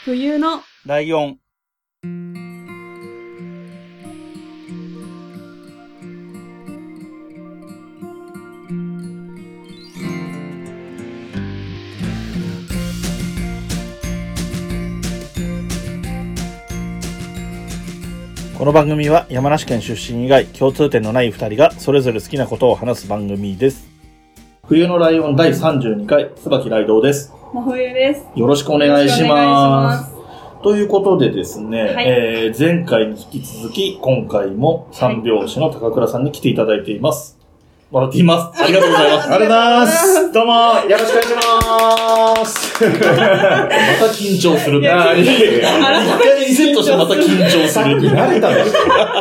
冬のライオン。この番組は山梨県出身以外共通点のない2人がそれぞれ好きなことを話す番組です。冬のライオン第32回椿雷道です。 真冬です。 よろしくお願いします。ということでですね、はい、前回に引き続き今回も三拍子の高倉さんに来ていただいています。もらっています。ありがとうございます。 ありがとうございます。どうもよろしくお願いします。 また緊張する。一回リセットしてまた緊張する。 慣れたんです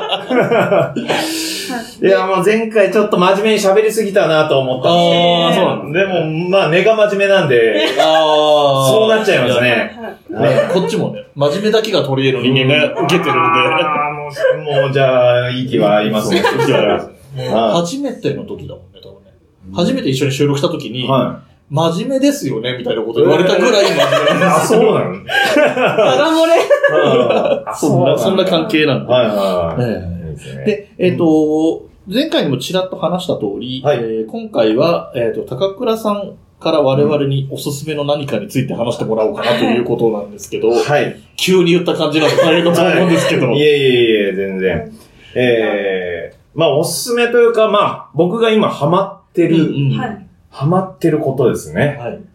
よ。いや、もう前回ちょっと真面目に喋りすぎたなと思ったんですけど。そうなんでも、まあ根が真面目なんで、そうなっちゃいますね。 こっちもね、真面目だけが取り柄の人間が受けてるんで。 もうじゃあ、息は合いますね。息は合います。 初めての時だもんね、多分ね。初めて一緒に収録した時に、真面目ですよね、みたいなこと言われたぐらい真面目なんですよ。 あ、そうなのただ漏れそんな関係なんで。で、前回にもちらっと話した通り、今回は、高倉さんから我々におすすめの何かについて話してもらおうかなということなんですけど、急に言った感じなんで大変だと思うんですけど。 いえ、全然。まあ、おすすめというか、まあ、僕が今ハマってることですね。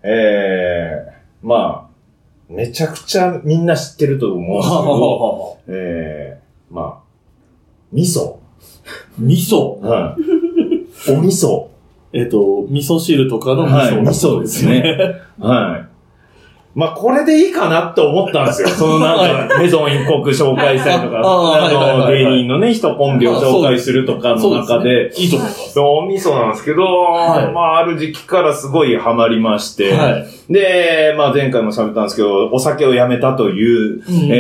まあ、めちゃくちゃみんな知ってると思うんですけど、まあ、味噌。 味噌お味噌。 味噌汁とかの味噌。 味噌ですね。まあ、これでいいかなって思ったんですよ。そのなんか、メゾン一国紹介したりとか、芸人のね、一コンビを紹介するとかの中で、 いいと思います。 お味噌なんですけど、まあ、ある時期からすごいハマりまして、で、まあ、前回も喋ったんですけど、お酒をやめたという、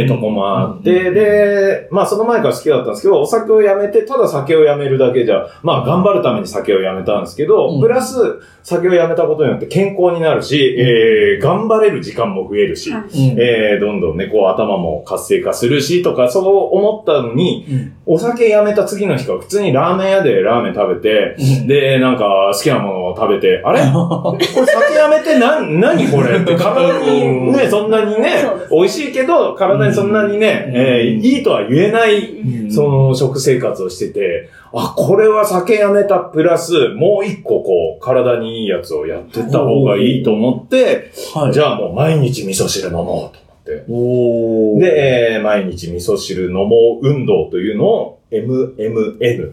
とこもあって、で、まあ、その前から好きだったんですけど、お酒をやめて、ただ酒をやめるだけじゃ、まあ、頑張るために酒をやめたんですけど、プラス、酒をやめたことによって健康になるし、頑張れる時間も増えるし、どんどんね、こう頭も活性化するしとか、そう思ったのに、お酒やめた次の日から普通にラーメン屋でラーメン食べて、で、なんか好きなものを食べて、あれこれ酒やめて何これって体にね、そんなにね、美味しいけど、体にそんなにね、いいとは言えない、その食生活をしてて、あ、これは酒やめたプラス、もう一個こう、体にいいやつをやってった方がいいと思って、じゃあもう毎日味噌汁飲もうと思って。で、毎日味噌汁飲もう運動というのを MMN、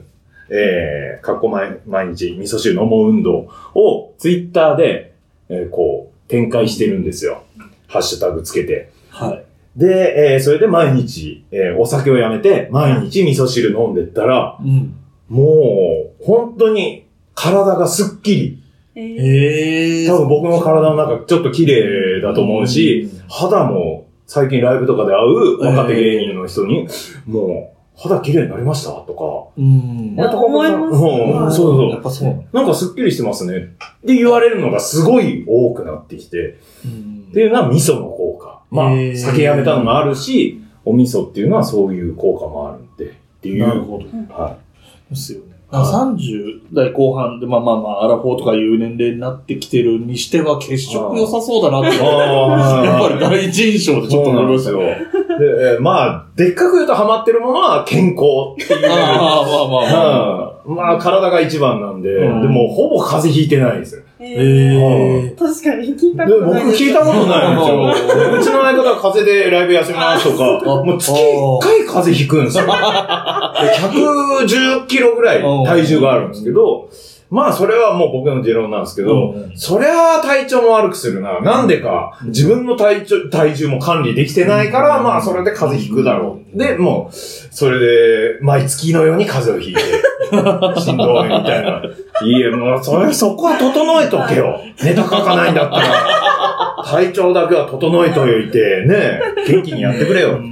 毎日味噌汁飲もう運動をツイッターで、こう展開してるんですよ。ハッシュタグつけて。で、それで毎日、お酒をやめて毎日味噌汁飲んでったら、もう本当に体がすっきり。多分僕の体の中ちょっと綺麗だと思うし、肌も最近ライブとかで会う若手芸人の人に、もう肌綺麗になりましたとか。 思います。 そう。やっぱそう。なんかすっきりしてますね。って言われるのがすごい多くなってきて。っていうのは味噌の効果。まあ、酒やめたのもあるし、お味噌っていうのはそういう効果もあるんで。っていう。 なるほど。ですよね。30代後半で、まあ、アラフォーとかいう年齢になってきてるにしては、血色良さそうだなって。やっぱり第一印象でちょっと思いますよ。 で、まあ、でっかく言うとハマってるものは健康っていう。まあ、体が一番なんで、でも、ほぼ風邪ひいてないですよ。 確かに聞いたことない。 僕聞いたことないんですよ。うちの相方は風邪でライブ休みますとか、もう月1回風邪ひくんですよ。110キロぐらい体重があるんですけど、まあそれはもう僕の持論なんですけど、そりゃ体調も悪くするな。なんでか、自分の体重も管理できてないから、まあそれで風邪ひくだろう。で、もう、それで毎月のように風邪をひいて、しんどいみたいな。いや、もうそこは整えとけよ。ネタ書かないんだったら。体調だけは整えといて、ね、元気にやってくれよ。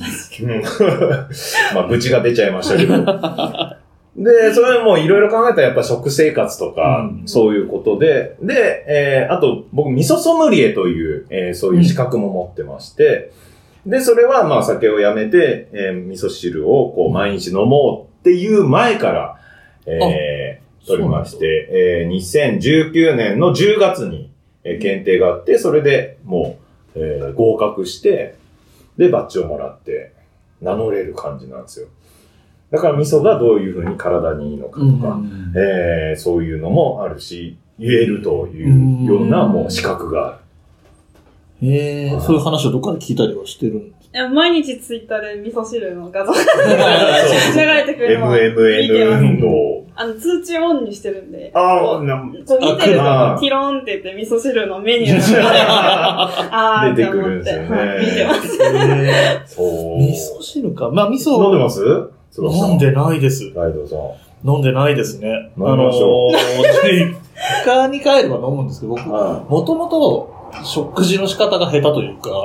まあ愚痴が出ちゃいましたけど。で、それもいろいろ考えたらやっぱ食生活とか、そういうことで、で、あと僕味噌ソムリエという、そういう資格も持ってまして、 で、それはまあ酒をやめて、味噌汁をこう毎日飲もうっていう前から、取りまして、2019年の10月に、検定があって、それでもう、合格して、で、バッジをもらって、名乗れる感じなんですよ。だから味噌がどういう風に体にいいのかとか、そういうのもあるし、言えるというようなもう資格がある。 そういう話をどっかで聞いたりはしてるんですか？ 毎日ツイッターで味噌汁の画像が流れてくるのを見てます。 MMN 運動。 通知オンにしてるんで。 こう見てると、ティロンって言って味噌汁のメニューが出てくるんですよね。 見てます。 そう。味噌汁か。まあ味噌。 飲んでます？ 飲んでないです。 ライドさん。 飲んでないですね。 飲みましょう。 実家に帰れば飲むんですけど、僕、もともと食事の仕方が下手というか、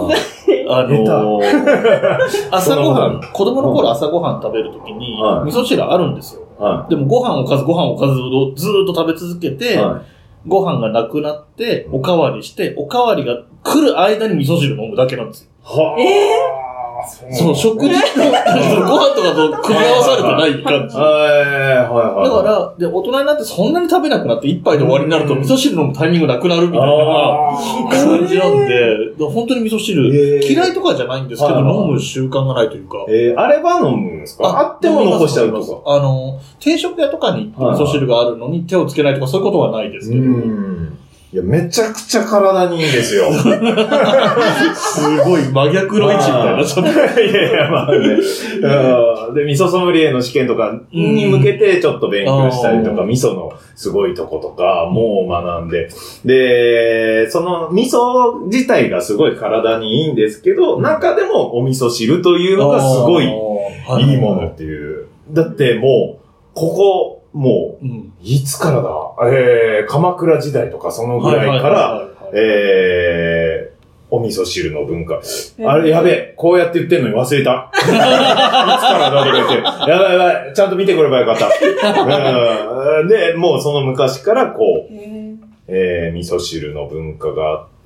朝ごはん、子供の頃朝ごはん食べるときに、味噌汁あるんですよ。でもご飯おかずをずーっと食べ続けて、ご飯がなくなって、おかわりして、おかわりが来る間に味噌汁飲むだけなんですよ。そう、食事と、ご飯とかと組み合わされてない感じ。だから、で、大人になってそんなに食べなくなって一杯で終わりになると味噌汁飲むタイミングなくなるみたいな感じなんで、本当に味噌汁、嫌いとかじゃないんですけど、飲む習慣がないというか。 あれば飲むんですか？あっても残しちゃうとか。 定食屋とかに味噌汁があるのに手をつけないとかそういうことはないですけど。 いや、めちゃくちゃ体にいいんですよ。 すごい真逆の位置みたいな。 いやいや、まあね。で、味噌ソムリエの試験とかに向けてちょっと勉強したりとか、味噌のすごいとことかも学んで。で、その味噌自体がすごい体にいいんですけど、中でもお味噌汁というのがすごいいいものっていう。だってもう、もう、いつからだ鎌倉時代とかそのぐらいから、お味噌汁の文化。あれ、やべえ、こうやって言ってんのに忘れた。いつからだとか言って、やばいやばい、ちゃんと見てくればよかった。で、もうその昔からこう、味噌汁の文化があって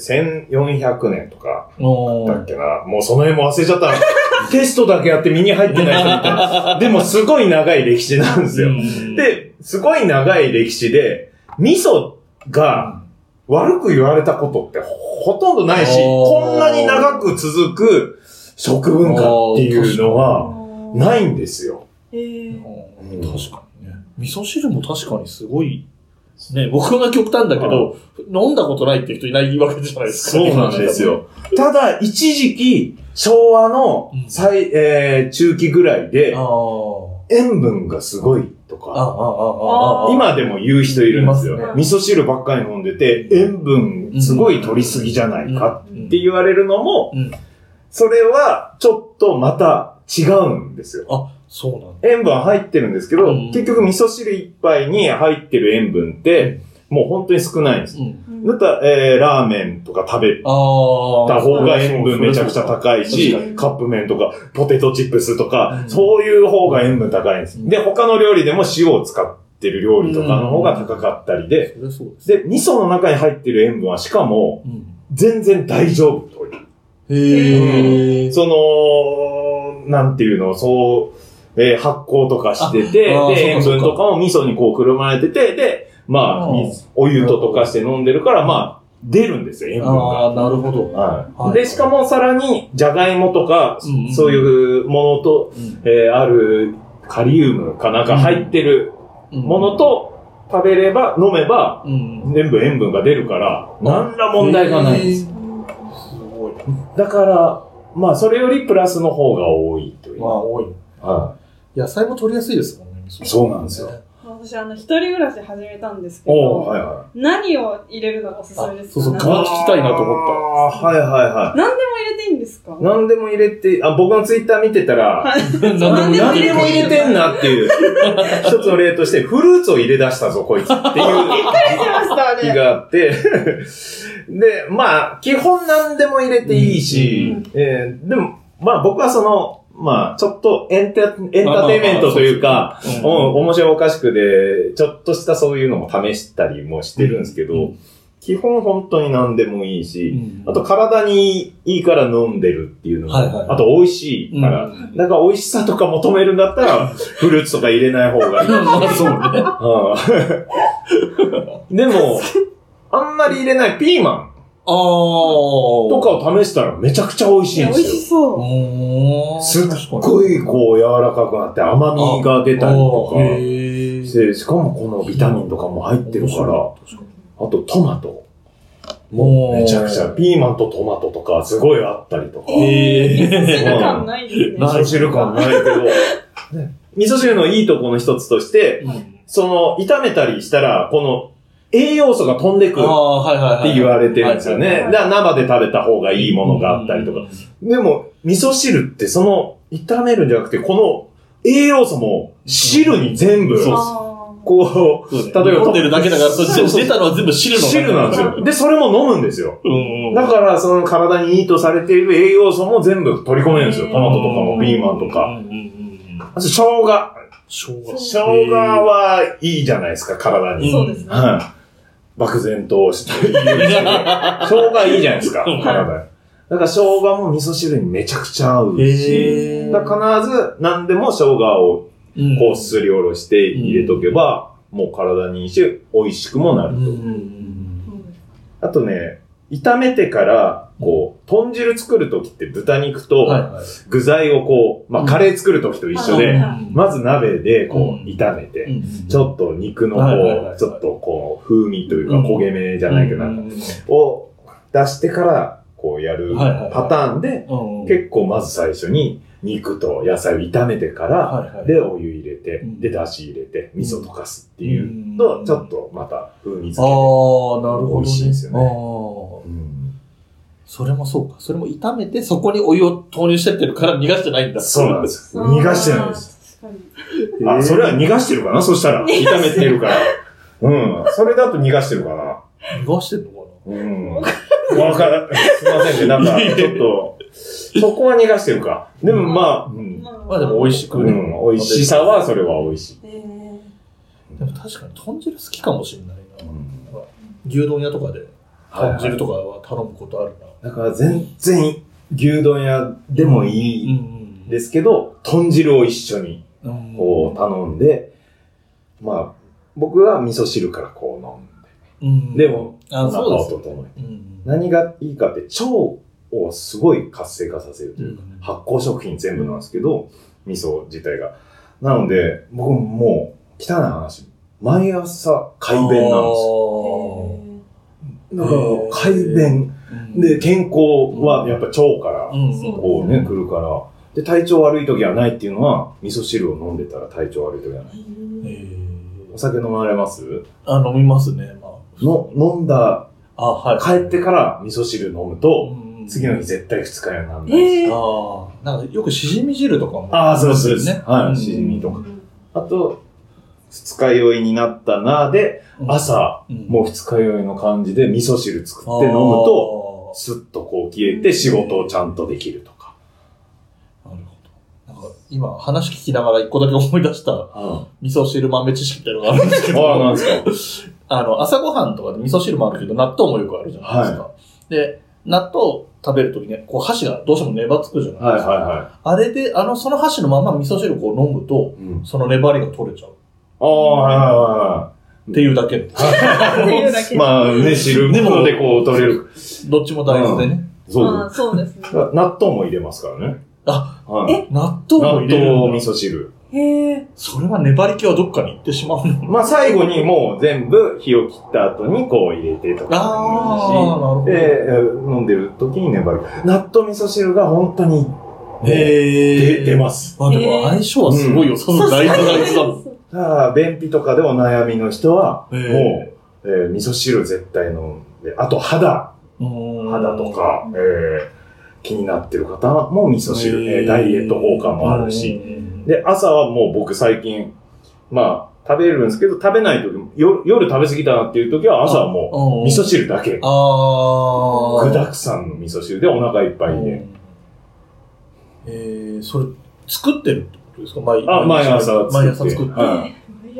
、1400年とかだっけな。もうその辺も忘れちゃったな。テストだけやって身に入ってない人みたいな。でもすごい長い歴史なんですよ。で、すごい長い歴史で、味噌が悪く言われたことってほとんどないし、こんなに長く続く食文化っていうのはないんですよ。 確かにね。味噌汁も確かにすごい、ね、僕が極端だけど、飲んだことないって人いないわけじゃないですか。 そうなんですよ。ただ、一時期、昭和の中期ぐらいで、塩分がすごいとか、今でも言う人いるんですよ。味噌汁ばっかり飲んでて、塩分すごい取りすぎじゃないかって言われるのも、それはちょっとまた違うんですよ。 そうなんだ。 塩分は入ってるんですけど、結局味噌汁一杯に入ってる塩分って、もう本当に少ないんです。だったら、ラーメンとか食べた方が塩分めちゃくちゃ高いし、カップ麺とかポテトチップスとか、そういう方が塩分高いんです。で、他の料理でも塩を使ってる料理とかの方が高かったりで、で、味噌の中に入ってる塩分はしかも、全然大丈夫という。その、なんていうの、発酵とかしてて、で、塩分とかも味噌にこうくるまれてて、で、まあ、お湯と溶かして飲んでるから、まあ、出るんですよ、塩分が。 なるほど。 で、しかもさらに、じゃがいもとか、そういうものと、あるカリウムかなんか入ってるものと食べれば、飲めば、全部塩分が出るから、何ら問題がないんです。すごい。だから、まあ、それよりプラスの方が多いという。 まあ、多い。野菜も取りやすいですもんね。 そうなんですよ。 私、一人暮らし始めたんですけど、何を入れるのがおすすめですか？ そう、聞きたいなと思った。 何でも入れていいんですか？ 何でも入れて、僕のツイッター見てたら、何でも入れてんなっていう、一つの例として、フルーツを入れ出したぞ、こいつっていうびっくりしました気があって、で、まあ、基本何でも入れていいし、でも、まあ僕はまあ、ちょっとエンターテイメントというか、面白おかしくで、ちょっとしたそういうのも試したりもしてるんですけど、 基本本当に何でもいいし、あと体にいいから飲んでるっていうのも、あと美味しいから、だから美味しさとか求めるんだったら、フルーツとか入れない方がいい。 まあそうね。でも、あんまり入れないピーマンとかを試したらめちゃくちゃ美味しいんですよ。 美味しそう。 すっごいこう柔らかくなって甘みが出たりとかして、しかもこのビタミンとかも入ってるから、あとトマト。もうめちゃくちゃ、ピーマンとトマトとかすごいあったりとか。 味噌汁感ないですね。 味噌汁感ないけど、味噌汁のいいとこの一つとして、炒めたりしたら、この栄養素が飛んでくるって言われてるんですよね。だから生で食べた方がいいものがあったりとか。でも、味噌汁って炒めるんじゃなくて、この栄養素も汁に全部、こう、例えば飲んでるだけだから、出たのは全部汁なんですよ。で、それも飲むんですよ。だから、体にいいとされている栄養素も全部取り込めるんですよ。トマトとかもピーマンとか。あと、生姜はいいじゃないですか、体に。 そうですね。 漠然としているし。生姜いいじゃないですか、体に。だから生姜も味噌汁にめちゃくちゃ合うし。だから必ず何でも生姜をこうすりおろして入れとけば、もう体にいいし、美味しくもなると。あとね、炒めてから、こう、豚汁作るときって豚肉と具材をこう、カレー作るときと一緒で、まず鍋でこう、炒めて、ちょっと肉のこう、ちょっとこう、風味というか焦げ目じゃないけど、を出してから、こうやるパターンで、結構まず最初に肉と野菜を炒めてから、で、お湯入れて、で、出汁入れて、味噌溶かすっていうと、ちょっとまた風味付けて、美味しいんですよね。 それもそうか。それも炒めて、そこにお湯を投入してってるから逃がしてないんだ。 そうなんです。逃がしてないんです。それは逃がしてるかなそしたら。炒めてるから。それだと逃がしてるかな。 逃がしてるのかなわからん。すいませんね。なんか、ちょっと、そこは逃がしてるか。でもまあでも美味しくね。 美味しさはそれは美味しい。 でも確かに豚汁好きかもしれないな。牛丼屋とかで豚汁とかは頼むことあるな。 だから全然牛丼屋でもいいんですけど、豚汁を一緒にこう頼んで、僕は味噌汁からこう飲んで、でもお腹を整えて、何がいいかって腸をすごい活性化させるというか、発酵食品全部なんですけど、味噌自体が。なので、僕もう汚い話、毎朝快便なんですよ。だから快便で健康はやっぱ腸からこうね来るから、で体調悪い時はないっていうのは味噌汁を飲んでたら体調悪い時はない。お酒飲まれます？ 飲みますね。 飲んだ帰ってから味噌汁飲むと次の日絶対二日酔いにならないし。 なんかよくしじみ汁とかも。 そうですね。しじみとか。あと二日酔いになったなで、朝、もう二日酔いの感じで味噌汁作って飲むと、スッとこう消えて仕事をちゃんとできるとか。 なるほど。なんか今話聞きながら一個だけ思い出した、味噌汁豆知識っていうのがあるんですけど。 なんですか。 朝ごはんとかで味噌汁もあるけど、納豆もよくあるじゃないですか。で、納豆食べるときね、こう箸がどうしても粘つくじゃないですか。あれで、その箸のまま味噌汁をこう飲むと、その粘りが取れちゃう。っていうだけ。 汁物でこう取れる。 どっちも大豆でね。 そうですね。 納豆も入れますからね。 納豆も入れる。 納豆味噌汁。 それは粘り気はどっかに行ってしまうの？ 最後にもう全部火を切った後にこう入れてとかでもいいし、飲んでる時に粘り。納豆味噌汁が本当に出ます。 でも相性はすごいよ。その大豆だもん。 便秘とかでお悩みの人は、もう、味噌汁絶対飲んで、あと肌とか、気になってる方も味噌汁、ダイエット効果もあるし、で、朝はもう僕最近、食べるんですけど、食べない時も、夜食べ過ぎたなっていう時は朝はもう味噌汁だけ。具沢山の味噌汁でお腹いっぱいで。 それ、作ってるってことですか？毎朝作って。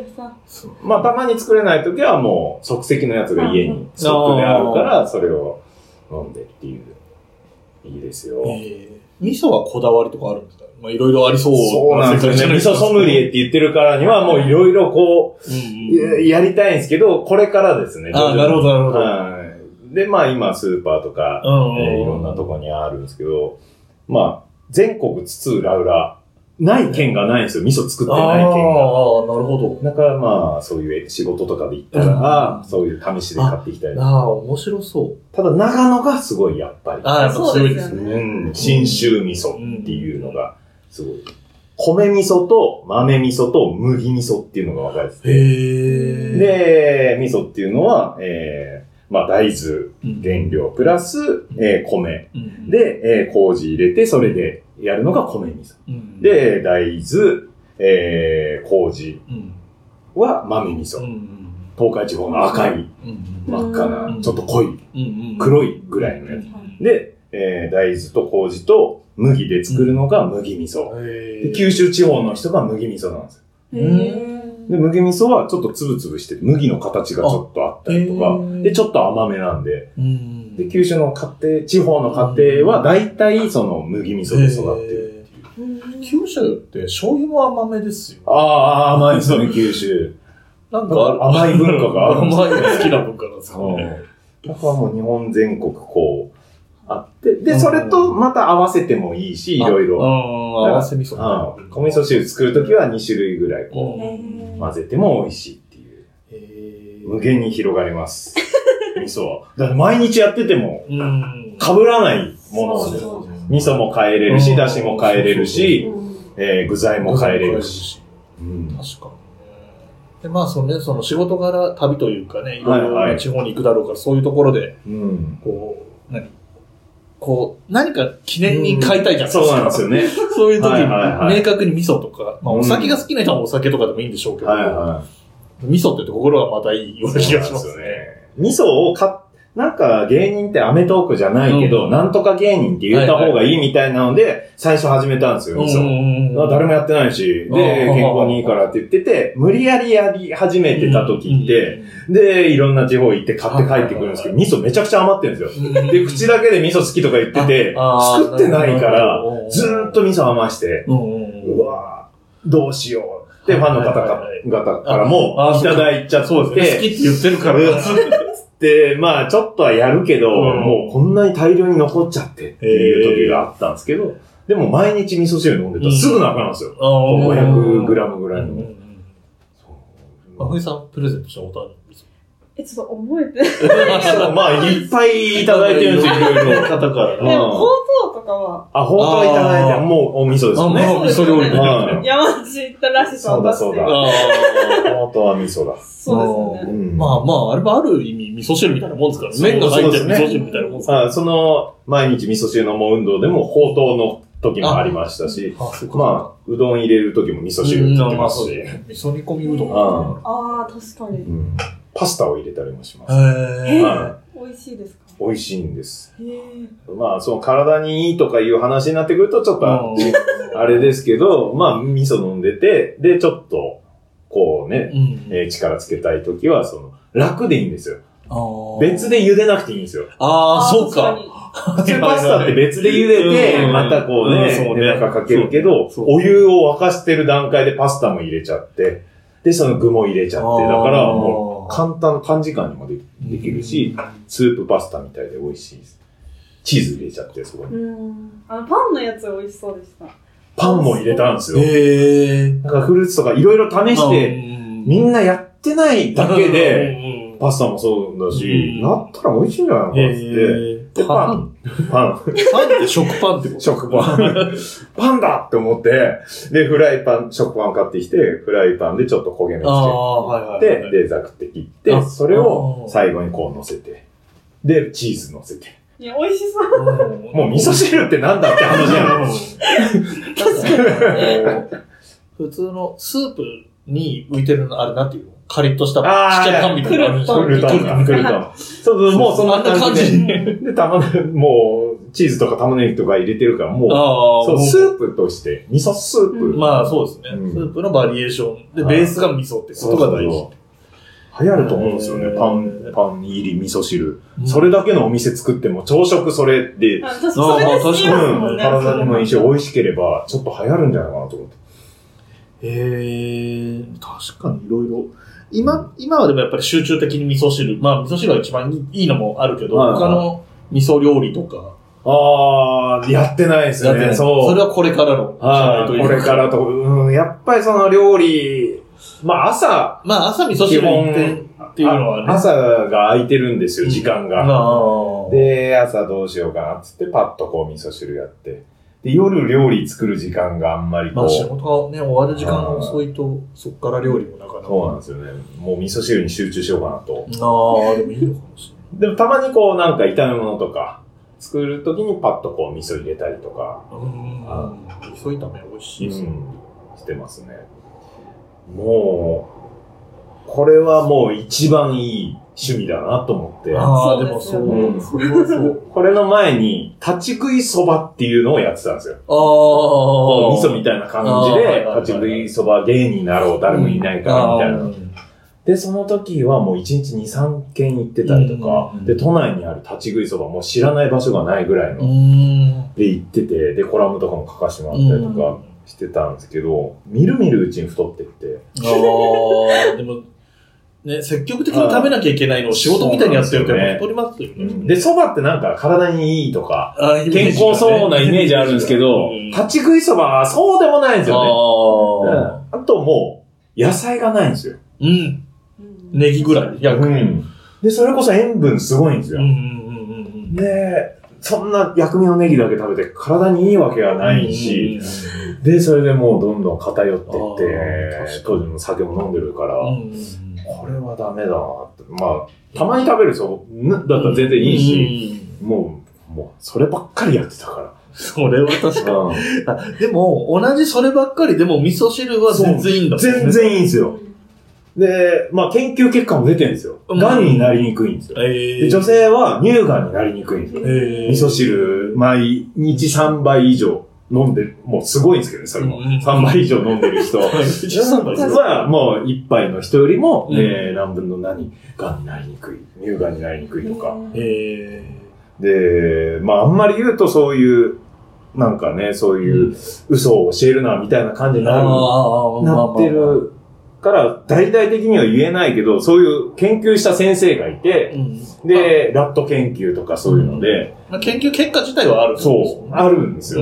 まあ、たまに作れないときはもう即席のやつが家にストックであるから、それを飲んでっていう。いいですよ。 味噌はこだわりとかあるんですか？まあ、いろいろありそう。 そうなんですよね。味噌ソムリエって言ってるからには、もういろいろこう、やりたいんですけど、これからですね。 ああ、なるほど、なるほど。 で、まあ今、スーパーとか、いろんなとこにあるんですけど、まあ、全国津々浦々、ない県がないんですよ。味噌作ってない県が。ああ、なるほど。 だからまあ、そういう仕事とかで行ったら、そういう試しで買っていきたい。 ああ、面白そう。 ただ、長野がすごい、やっぱり。 ああ、やっぱ強いですね。 うん。信州味噌っていうのが、すごい。米味噌と豆味噌と麦味噌っていうのが分かれてて。で、味噌っていうのは、まあ、大豆原料プラス、米。で、麹入れて、それでやるのが米味噌。で、大豆、麹は豆味噌。東海地方の赤い、真っ赤な、ちょっと濃い、黒いぐらいのやつ。で、大豆と麹と麦で作るのが麦味噌。で九州地方の人が麦味噌なんですよ。で、麦味噌はちょっとつぶつぶしてて、麦の形がちょっとあったりとか、で、ちょっと甘めなんで、で、九州の地方の家庭は大体その麦味噌で育ってるっていう。 九州って醤油も甘めですよ。 ああ、甘いですよね、九州。 なんか甘い文化があるんですよ。 甘いの好きな文化なんですかね。 だからもう日本全国こう、あって、で、それとまた合わせてもいいし、いろいろ。 合わせ味噌。 小味噌汁作るときは2種類ぐらいこう、混ぜても美味しいっていう。無限に広がります。味噌は。だから毎日やってても、被らないものです。味噌も変えれるし、だしも変えれるし、具材も変えれるし。 確かに。で、まあ、その仕事柄旅というかね、いろいろな地方に行くだろうから、そういうところで、何か記念に買いたいじゃないですか。 そうなんですよね。 そういう時に、明確に味噌とか、まあ、お酒が好きな人はお酒とかでもいいんでしょうけど、味噌って言うと心がまたいいような気がしますね。 味噌をなんか芸人ってアメトークじゃないけど、なんとか芸人って言った方がいいみたいなので、最初始めたんですよ、味噌。誰もやってないし、で、健康にいいからって言ってて、無理やりやり始めてた時って、で、いろんな地方行って買って帰ってくるんですけど、味噌めちゃくちゃ余ってるんですよ。で、口だけで味噌好きとか言ってて、作ってないから、ずーっと味噌余して、うわぁ、どうしよう。で、ファンの方々からもいただいちゃって、好きって言ってるから。 で、まあ、ちょっとはやるけど、もうこんなに大量に残っちゃってっていう時があったんですけど、でも毎日味噌汁飲んでたらすぐなくなるんですよ。500グラムぐらいの。 真冬さんプレゼントしたことあるんですか？ ちょっと覚えてない。 まあ、いっぱいいただいてるんですよ、いろいろ方から。 でも、ほうとうとかは。 ほうとういただいて、もうお味噌ですね。 味噌料理で。山梨行ったらしさを出して。 そうだ。ほうとうは味噌だ。 そうですね。 まあ、あれもある意味味噌汁みたいなもんですからね。麺が入ってる味噌汁みたいなもんですから。 その、毎日味噌汁飲もう運動でも、ほうとうの時もありましたし、まあ、うどん入れる時も味噌汁って言ってますし。 味噌煮込みうどん。 ああ、確かに。 パスタを入れたりもします。 美味しいですか？ 美味しいんです。まあ、その体にいいとかいう話になってくるとちょっとあれですけど、まあ、味噌飲んでて、で、ちょっと、こうね、力つけたいときは、楽でいいんですよ。別で茹でなくていいんですよ。 そうか。 パスタって別で茹でて、またこうね、中かけるけど、お湯を沸かしてる段階でパスタも入れちゃって、で、その具も入れちゃって、だからもう短時間にもできるし、スープパスタみたいで美味しいです。チーズ入れちゃって、そこに。 パンのやつ美味しそうでした。 パンも入れたんですよ。なんかフルーツとかいろいろ試して、みんなやってないだけで、パスタもそうだし、やったら美味しいんじゃないのかって。で、パンって食パンってこと？ 食パン。パンだって思って、で、食パン買ってきて、フライパンでちょっと焦げ目つけて、で、ザクって切って、それを最後にこう乗せて、で、チーズ乗せて。 いや、美味しそう。 もう味噌汁ってなんだって話やん。 普通のスープに浮いてるの、あれなんていうの？カリッとしたちっちゃいパンみたいなのあるんですよ。 クルトン。そう、もうそんな感じで、たまにもう、 チーズとか玉ねぎとか入れてるから、もう、そう、スープとして、味噌スープ。 まあそうですね。スープのバリエーションで、ベースが味噌ってことが大事。 流行ると思うんですよね。パン入り味噌汁。それだけのお店作っても、朝食それで、 それで好きですもんね。 体にもいいし、美味しければ、ちょっと流行るんじゃないかなと思って。 確かにいろいろ。今はでもやっぱり集中的に味噌汁。まあ味噌汁が一番いいのもあるけど、他の味噌料理とか。 やってないですね。 そう。それはこれからの。 これからと。やっぱりその料理、朝味噌汁行っていうのはね。 朝が空いてるんですよ、時間が。で、朝どうしようかなっつってパッとこう味噌汁やって。で、夜料理作る時間があんまり仕事がね、終わる時間が遅いと、そっから料理もなかなか。 そうなんですよね。もう味噌汁に集中しようかなと。 でもいいのかもしれない。 でもたまにこうなんか炒め物とか、作るときにパッとこう味噌入れたりとか。 味噌炒め美味しいですね。 してますね。もう、これはもう一番いい趣味だなと思って。 でもそう。それはそう。 これの前に、立ち食いそばっていうのをやってたんですよ。味噌みたいな感じで、立ち食いそば芸人になろう、誰もいないからみたいな。で、その時はもう1日2、3軒行ってたりとか、で、都内にある立ち食いそばもう知らない場所がないぐらいの、で行ってて、で、コラムとかも書かせてもらったりとかしてたんですけど、みるみるうちに太ってって。 でも、ね、積極的に食べなきゃいけないのを仕事みたいにやってるとやっぱ太りますよね。 で、蕎麦ってなんか体にいいとか、健康そうなイメージあるんですけど、立ち食い蕎麦はそうでもないんですよね。あともう、野菜がないんですよ。 ネギぐらい、薬味。 で、それこそ塩分すごいんですよ。で、そんな薬味のネギだけ食べて体にいいわけはないし、で、それでもうどんどん偏ってって、当時の酒も飲んでるから、これはダメだなって。たまに食べる人だったら全然いいし、もう、そればっかりやってたから。 それは確かに。でも、同じそればっかりでも味噌汁は全然いいんだ。 全然いいんですよ。で、研究結果も出てるんですよ。癌になりにくいんですよ。で、女性は乳がんになりにくいんですよ。味噌汁、毎日3杯以上飲んで、もうすごいんですけどね、それも。3杯以上飲んでる人は、もう1杯の人よりも、何分の何、癌になりにくい、乳がんになりにくいとか。で、あんまり言うとそういう、なんかね、そういう嘘を教えるな、みたいな感じになってる。から大々的には言えないけど、そういう研究した先生がいて、で、ラット研究とかそういうので、 研究結果自体はあるんですよ。 そう、あるんですよ。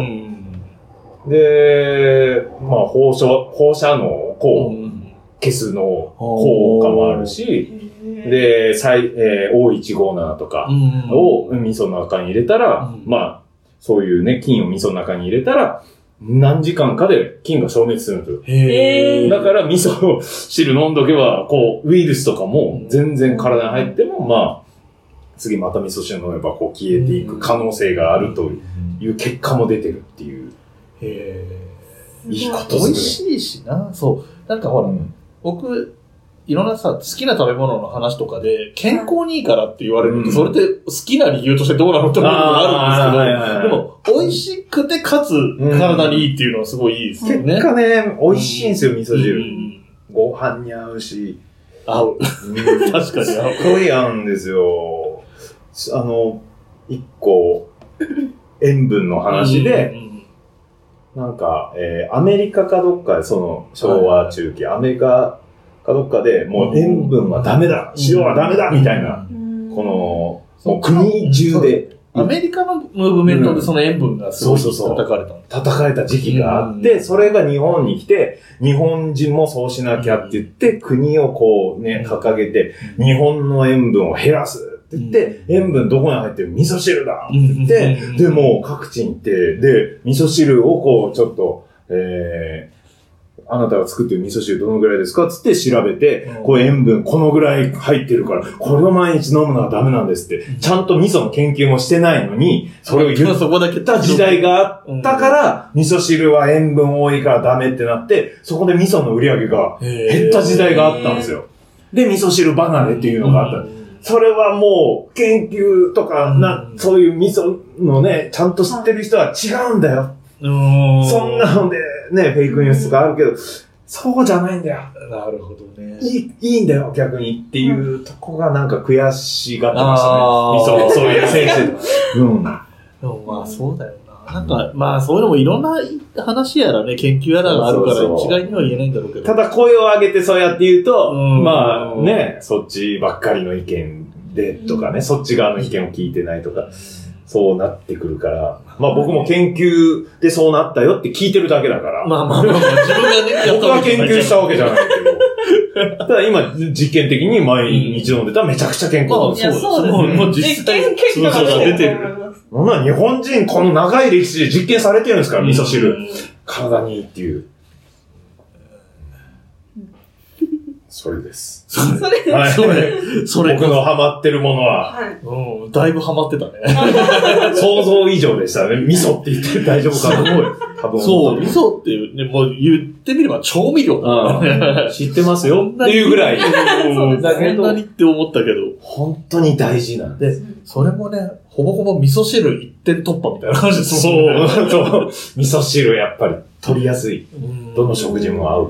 で、放射能を消すの効果もあるし、で、O157 とかを味噌の中に入れたら、そういうね、菌を味噌の中に入れたら、何時間かで菌が消滅するんですよ。だから味噌汁飲んどけば、ウイルスとかも全然体に入っても、次また味噌汁飲めば消えていく可能性があるという結果も出てるっていう。いいこと美味しいしな。そう。なんかほら、僕、いろんな好きな食べ物の話とかで、健康にいいからって言われると、それって好きな理由としてどうなのって思うことがあるんですけど、でも、美味しくてかつ体にいいっていうのはすごいいいですよね。 結果ね、美味しいんですよ、味噌汁。ご飯に合うし。 合う。確かに合う。すごい合うんですよ。一個、塩分の話で、なんか、アメリカかどっかで、昭和中期、アメリカかどっかでもう塩分はダメだ、塩はダメだみたいな、もう国中で。 アメリカのムーブメントでその塩分がすごい叩かれた。 叩かれた時期があって、それが日本に来て、日本人もそうしなきゃって言って、国を掲げて、日本の塩分を減らすって言って、塩分どこに入ってる？味噌汁だって言って、で、もう各地に行って、で、味噌汁をちょっと、あなたが作ってる味噌汁どのぐらいですかつって調べて、塩分このぐらい入ってるから、これを毎日飲むのはダメなんですって、ちゃんと味噌の研究もしてないのに、それを言った時代があったから、味噌汁は塩分多いからダメってなって、そこで味噌の売り上げが減った時代があったんですよ。で、味噌汁離れっていうのがあった。 それはもう、研究とか、そういう味噌のね、ちゃんと知ってる人は違うんだよ。そんなので、ね、フェイクニュースとかあるけど、そうじゃないんだよ。 なるほどね。 いいんだよ、逆にっていうとこがなんか悔しがってましたね。そういう選手。 でもまあそうだよな。なんか、まあそういうのもいろんな話やらね、研究やらがあるから一概には言えないんだろうけど。 ただ声を上げてそうやって言うと、まあね、そっちばっかりの意見でとかね、そっち側の意見を聞いてないとか、そうなってくるから、まあ僕も研究でそうなったよって聞いてるだけだから。 まあ、自分がね、 僕は研究したわけじゃないけど。ただ今、実験的に毎日飲んでたらめちゃくちゃ健康なんですよ。そうですね。もう実験結果が出てる。 日本人この長い歴史で実験されてるんですから、味噌汁。体にいいっていう。それです。 それはい。それ。僕のハマってるものは。 はい。 うん。だいぶハマってたね。 想像以上でしたね。味噌って言って大丈夫かな。 多分。そう、味噌っていうね、もう言ってみれば調味料だね。知ってますよっていうぐらい。 だけど。そんなにって思ったけど。 本当に大事なんで。 それもね、ほぼほぼ味噌汁一点突破みたいな感じです。 そう。味噌汁やっぱり取りやすい。どの食事も合う。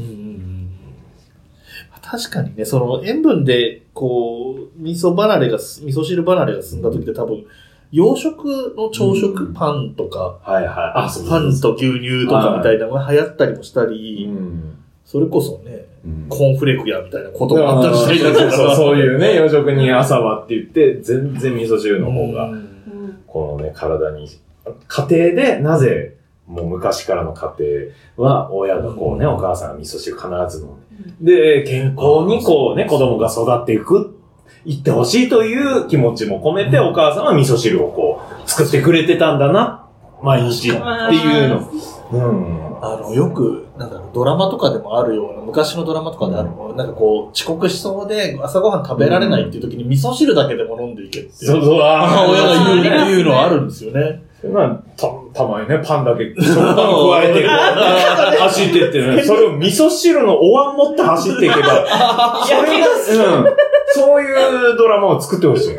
確かにね、その塩分で、こう、味噌汁離れが進んだ時って多分、洋食の朝食、パンとか、 はいはい。 パンと牛乳とかみたいなのが流行ったりもしたり、それこそね、コーンフレークやみたいなことがあったりしてるから、 そういうね、洋食に朝はって言って、全然味噌汁の方が、このね、体に、家庭でなぜ、もう昔からの家庭は、親がこうね、お母さんが味噌汁必ず飲んで、健康にこうね、子供が育っていってほしいという気持ちも込めて、お母さんは味噌汁をこう、作ってくれてたんだな、毎日っていうの。 よく、なんだろう、ドラマとかでもあるような、昔のドラマとかであるもなんかこう、遅刻しそうで朝ごはん食べられないっていう時に味噌汁だけでも飲んでいけって。母親が言うっていうのはあるんですよね。 たまにね、パンだけ食パン加えて、走ってってね、それを味噌汁のお椀持って走っていけば、そういうドラマを作ってほしい。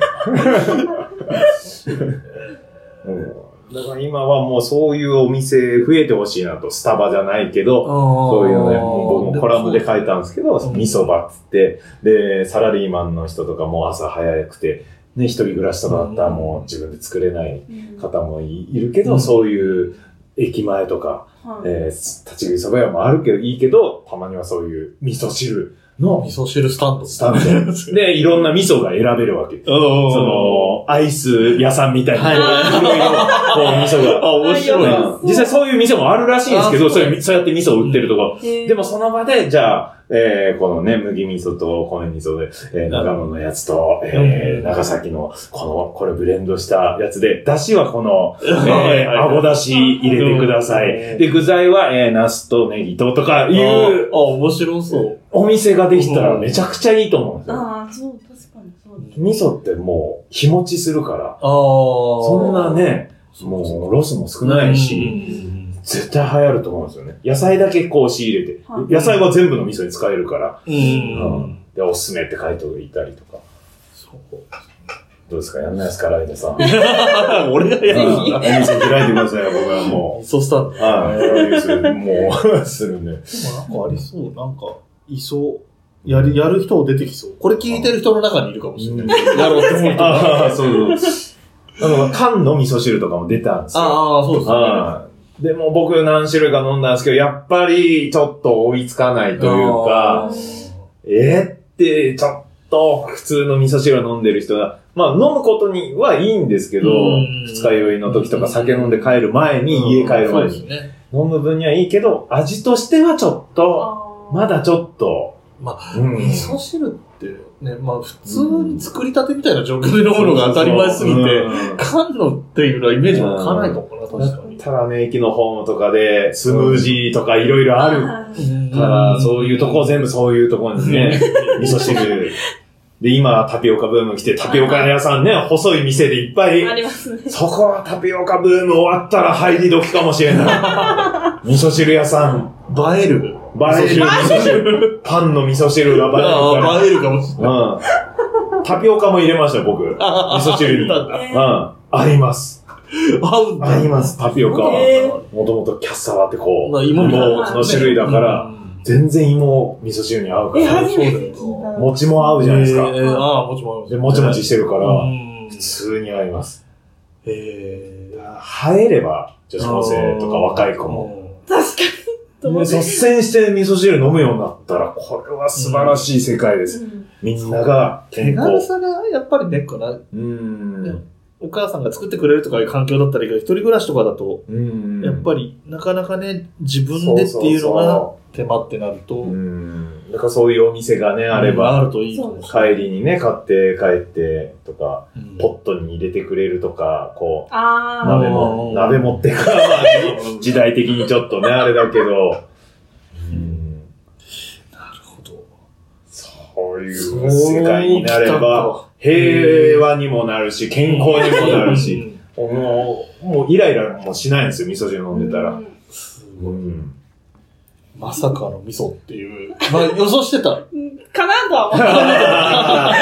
だから今はもうそういうお店増えてほしいなと、スタバじゃないけど、そういうね、僕もコラムで書いたんですけど、味噌ばっつって、で、サラリーマンの人とかも朝早くて、ね、一人暮らしとかだったらもう自分で作れない方もいるけど、そういう駅前とか、立ち食いそば屋もあるけど、いいけど、たまにはそういう味噌汁の味噌汁スタンド。 で、いろんな味噌が選べるわけ。その、アイス屋さんみたいな、いろいろ、こう、味噌が。 面白い。 実際そういう店もあるらしいんですけど、そうやって味噌を売ってるとこ。でもその場で、じゃあ、このね、麦味噌と米味噌で、長野のやつと、長崎の、これブレンドしたやつで、出汁はこの、あご出汁入れてください。で、具材は、ナスとネギとかいう、 面白そう。 お店ができたらめちゃくちゃいいと思うんですよ。 ああ、そう、確かにそうです。 味噌ってもう日持ちするから、そんなね、もうロスも少ないし、絶対流行ると思うんですよね。野菜だけこう仕入れて、野菜は全部の味噌に使えるから、で、おすすめって書いておいたりとか。どうですか、やんないですか、ライトさん。 俺がやるんだ。 お店開いてくださいよ、僕はもう。 味噌スタンド。 プロデュース、もう、するんで。でもなんかありそう、なんか、いそう。やる人出てきそう。これ聞いてる人の中にいるかもしれない。やろうって思う人。 そう。缶の味噌汁とかも出たんですよ。 そうですね。でも僕何種類か飲んだんですけど、やっぱりちょっと追いつかないというか、ってちょっと普通の味噌汁を飲んでる人が、まあ飲むことにはいいんですけど、二日酔いの時とか酒飲んで帰る前に、家帰る前に、飲む分にはいいけど、味としてはちょっと、まだちょっと、 まあ、味噌汁ってね、まあ普通に作りたてみたいな状況で飲むのが当たり前すぎて、缶のっていうのはイメージも湧かないかもな、確かに。 ただね、駅のホームとかで、スムージーとかいろいろあるから、そういうとこ全部そういうとこにね、味噌汁。で、今タピオカブーム来て、タピオカ屋さんね、細い店でいっぱい。 ありますね。 そこはタピオカブーム終わったら入り時かもしれない。味噌汁屋さん。 映える味噌汁。パンの味噌汁が映えるから。 映えるかもしれない。 タピオカも入れましたよ、僕。味噌汁に。合います。合います、タピオカは。もともとキャッサバってこう、芋の種類だから、全然芋、味噌汁に合うから。餅も合うじゃないですか。 餅も合う。 で、もちもちしてるから、普通に合います。映えれば、女子高生とか若い子も。 確かに。 率先して味噌汁飲むようになったら、これは素晴らしい世界です。みんなが手軽さがやっぱりね、お母さんが作ってくれるとかいう環境だったらいいけど、一人暮らしとかだと、やっぱりなかなかね、自分でっていうのが手間ってなると。 だからそういうお店がね、あれば、 あるといいかもしれない。 帰りにね、買って帰ってとか、ポットに入れてくれるとか、こう、鍋持ってから、時代的にちょっとね、あれだけど、なるほど。 そういう世界になれば、平和にもなるし、健康にもなるし、もうイライラもしないんですよ、味噌汁飲んでたら。 まさかの味噌っていう。まあ予想してた。 かなとは思った。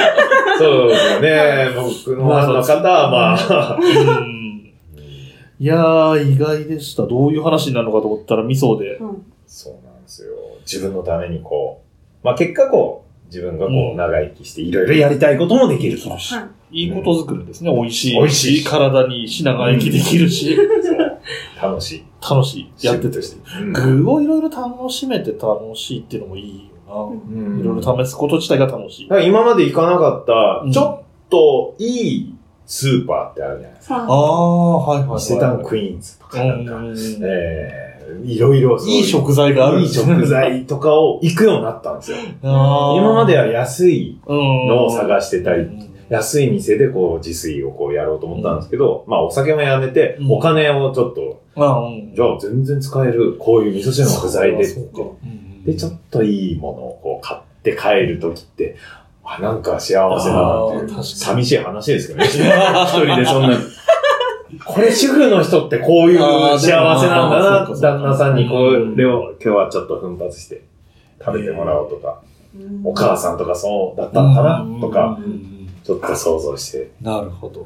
そうですよね。僕のファンの方はまあ。 いやー、意外でした。どういう話になるのかと思ったら味噌で。 そうなんですよ。自分のためにこう、まあ結果こう、自分がこう長生きしていろいろやりたいこともできると。 いいこと作るんですね。美味しい。体にいいし、長生きできるし。 楽しい。 楽しい。やってて。具をいろいろ楽しめて楽しいっていうのもいいよな。いろいろ試すこと自体が楽しい。 今まで行かなかった、ちょっといいスーパーってあるじゃないですか。伊勢丹クイーンズとかなんか、いろいろ。 いい食材がある。 いい食材とかを行くようになったんですよ。今までは安いのを探してたり、安い店でこう自炊をこうやろうと思ったんですけど、まあお酒もやめて、お金をちょっと、じゃあ全然使える、こういう味噌汁の具材でって、で、ちょっといいものをこう買って帰るときって、なんか幸せだなって、寂しい話ですけどね。一人でそんな、これ主婦の人ってこういう幸せなんだな、旦那さんにこれを今日はちょっと奮発して食べてもらおうとか、お母さんとかそうだったのかなとか、ちょっと想像して。 なるほど。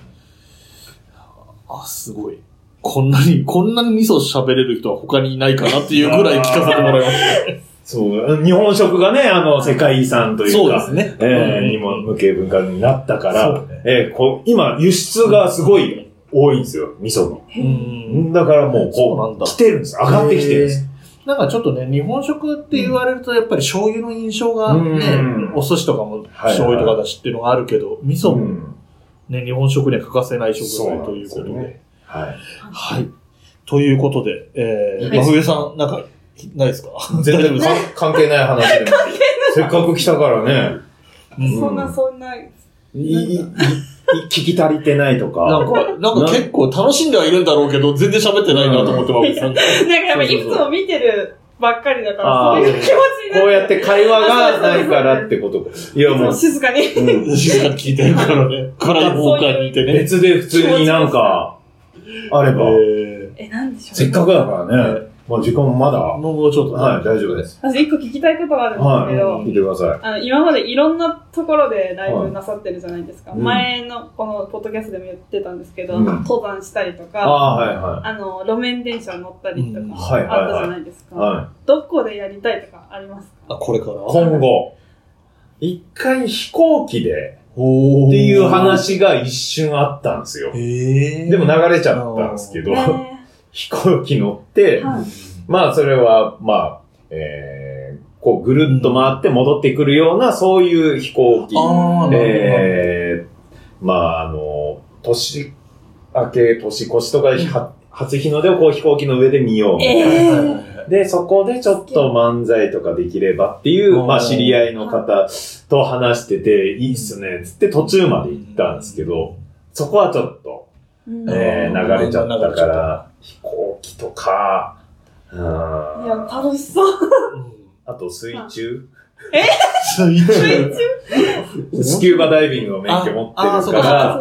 すごい。こんなに味噌喋れる人は他にいないかなっていうぐらい聞かせてもらいました。 そう、日本食がね、世界遺産というか、 そうですね。 にも無形文化になったから、今輸出がすごい多いんですよ、味噌の。だからもう来てるんです。上がってきてるんです。 なんかちょっとね、日本食って言われるとやっぱり醤油の印象がね、お寿司とかも醤油とかだしっていうのがあるけど、味噌もね、日本食には欠かせない食材ということで。はい。ということで、真冬さん、なんか、ないですか？ 全然関係ない話でも。せっかく来たからね。 そんな。 聞き足りてないとか。 なんか結構楽しんではいるんだろうけど、全然喋ってないなと思ってます。 なんかやっぱいつも見てるばっかりだから、そういう気持ちになって。 こうやって会話がないからってことか。いやもう。 静かに。 静かに聞いてるからね。暗い方向にいてね。 別で普通になんか、あれば。 なんでしょう。 せっかくだからね。まあ時間もまだ。 もうちょっと。 はい、大丈夫です。 私一個聞きたいことがあるんですけど。 聞いてください。今までいろんなところでライブなさってるじゃないですか。前のこのポッドキャストでも言ってたんですけど、登山したりとか、路面電車乗ったりとか、あったじゃないですか。どこでやりたいとかありますか？ これから今後。一回飛行機で、っていう話が一瞬あったんですよ。でも流れちゃったんですけど、飛行機乗って、まあそれは、まあ、こうぐるっと回って戻ってくるような、そういう飛行機。まあ年明け、年越しとか、初日の出をこう飛行機の上で見ようみたいな。で、そこでちょっと漫才とかできればっていう、まあ知り合いの方と話してて、いいっすね、つって途中まで行ったんですけど、そこはちょっと、流れちゃったから、飛行機とか、 いや、楽しそう。 あと水中水中スキューバダイビングの免許持ってるから、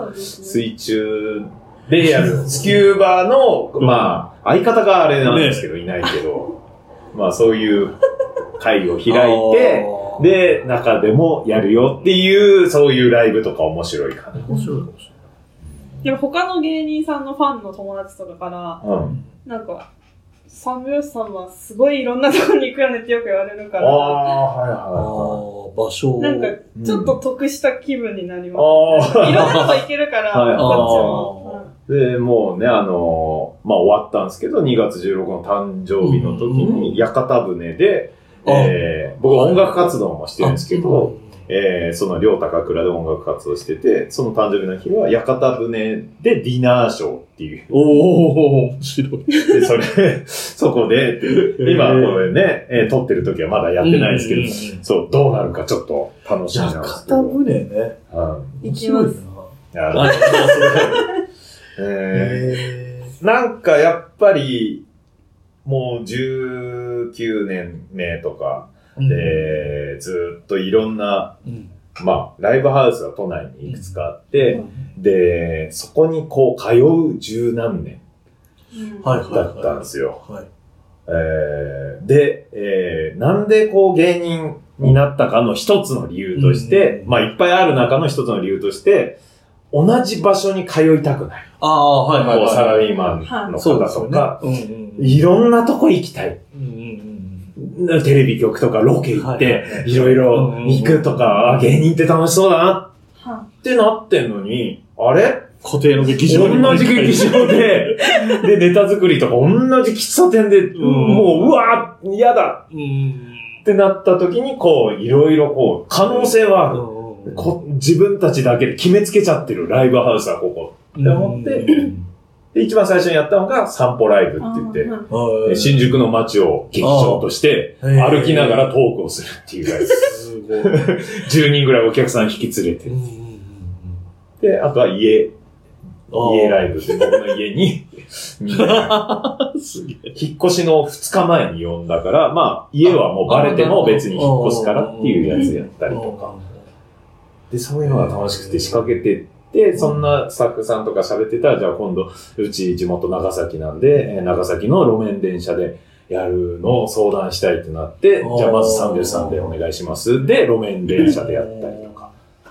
水中でやる。スキューバの、まあ、相方があれなんですけど、いないけど、まあそういう会を開いて、 で、中でもやるよっていう、そういうライブとか面白いかな。 面白いかもしれない。 でも他の芸人さんのファンの友達とかから、なんか、三拍子さんはすごいいろんなところに行くよねってよく言われるから、 場所なんか、ちょっと得した気分になります、ね。いろんなとこ行けるから、こっちも。 で、もうね、まあ、終わったんですけど、2月16日の誕生日の時に、屋形船で、僕は音楽活動もしてるんですけど、その両高倉で音楽活動してて、その誕生日の日は屋形船でディナーショーっていう。 面白い。 で、そこで、今これね、撮ってる時はまだやってないですけど、そう、どうなるかちょっと楽しみなんですけど。 屋形船ね。 行きます。 なんかやっぱり、もう19年目とか、で、ずっといろんな、まあ、ライブハウスが都内にいくつかあって、で、そこにこう通う十何年だったんですよ。で、なんでこう芸人になったかの一つの理由として、まあいっぱいある中の一つの理由として、同じ場所に通いたくない。サラリーマンの方とか、いろんなとこ行きたい。テレビ局とかロケ行って、いろいろ行くとか、芸人って楽しそうだなってなってんのに、あれ固定の劇場同じ劇場で、で、ネタ作りとか同じ喫茶店で、もう、うわー嫌だってなった時に、こう、いろいろこう、可能性はある。自分たちだけで決めつけちゃってるライブハウスはここって思って、で、一番最初にやったのが散歩ライブって言って、新宿の街を劇場として歩きながらトークをするっていうライブ。10人ぐらいお客さん引き連れて。で、あとは家ライブって僕の家に、みんな引っ越しの2日前に呼んだから、まあ、家はもうバレても別に引っ越すからっていうやつやったりとか。で、そういうのが楽しくて仕掛けて、で、そんなスタッフさんとか喋ってたら、じゃあ今度、うち地元長崎なんで、長崎の路面電車でやるのを相談したいってなって、じゃあまず303でお願いします。で、路面電車でやったりとか。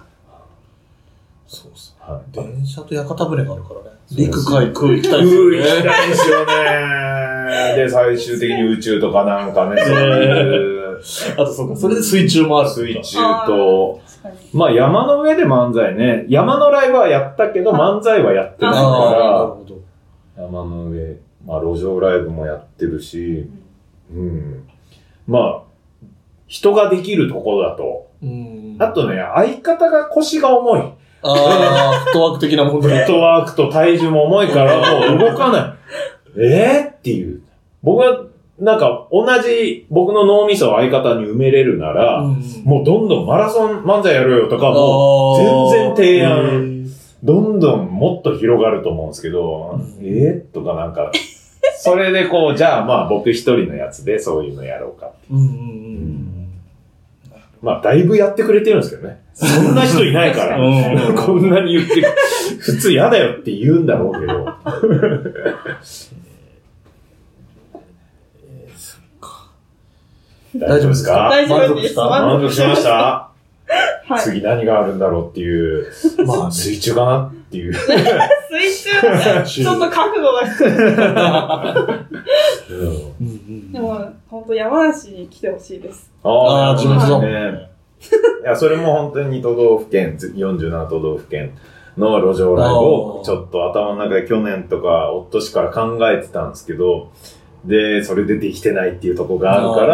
そうそう。電車と屋形船があるからね。陸海空行きたいですよね。 行きたいですよね。で、最終的に宇宙とかなんかね、そういう。 あとそうか、それで水中もある。 水中と、まあ山の上で漫才ね。山のライブはやったけど漫才はやってないから、山の上、まあ路上ライブもやってるし、まあ、人ができるところだと。あとね、相方が腰が重い。 フットワーク的なもんね。フットワークと体重も重いからもう動かない。っていう。僕は、なんか、同じ僕の脳みそを相方に埋めれるなら、もうどんどんマラソン漫才やろうよとか、もう全然提案、どんどんもっと広がると思うんですけど、とかなんか、それでこう、じゃあまあ僕一人のやつでそういうのやろうかって。まあ、だいぶやってくれてるんですけどね。そんな人いないから。こんなに言ってる。普通嫌だよって言うんだろうけど。大丈夫ですか？ 大丈夫です。 満足しました次何があるんだろうっていう。まあ、水中かなっていう。 水中ちょっと覚悟が必要。でも、本当山梨に来てほしいです。 地元だもんね。 いや、それも本当に2都道府県、47都道府県の路上ライブをちょっと頭の中で去年とか、おとしから考えてたんですけど、で、それでできてないっていうところがあるから、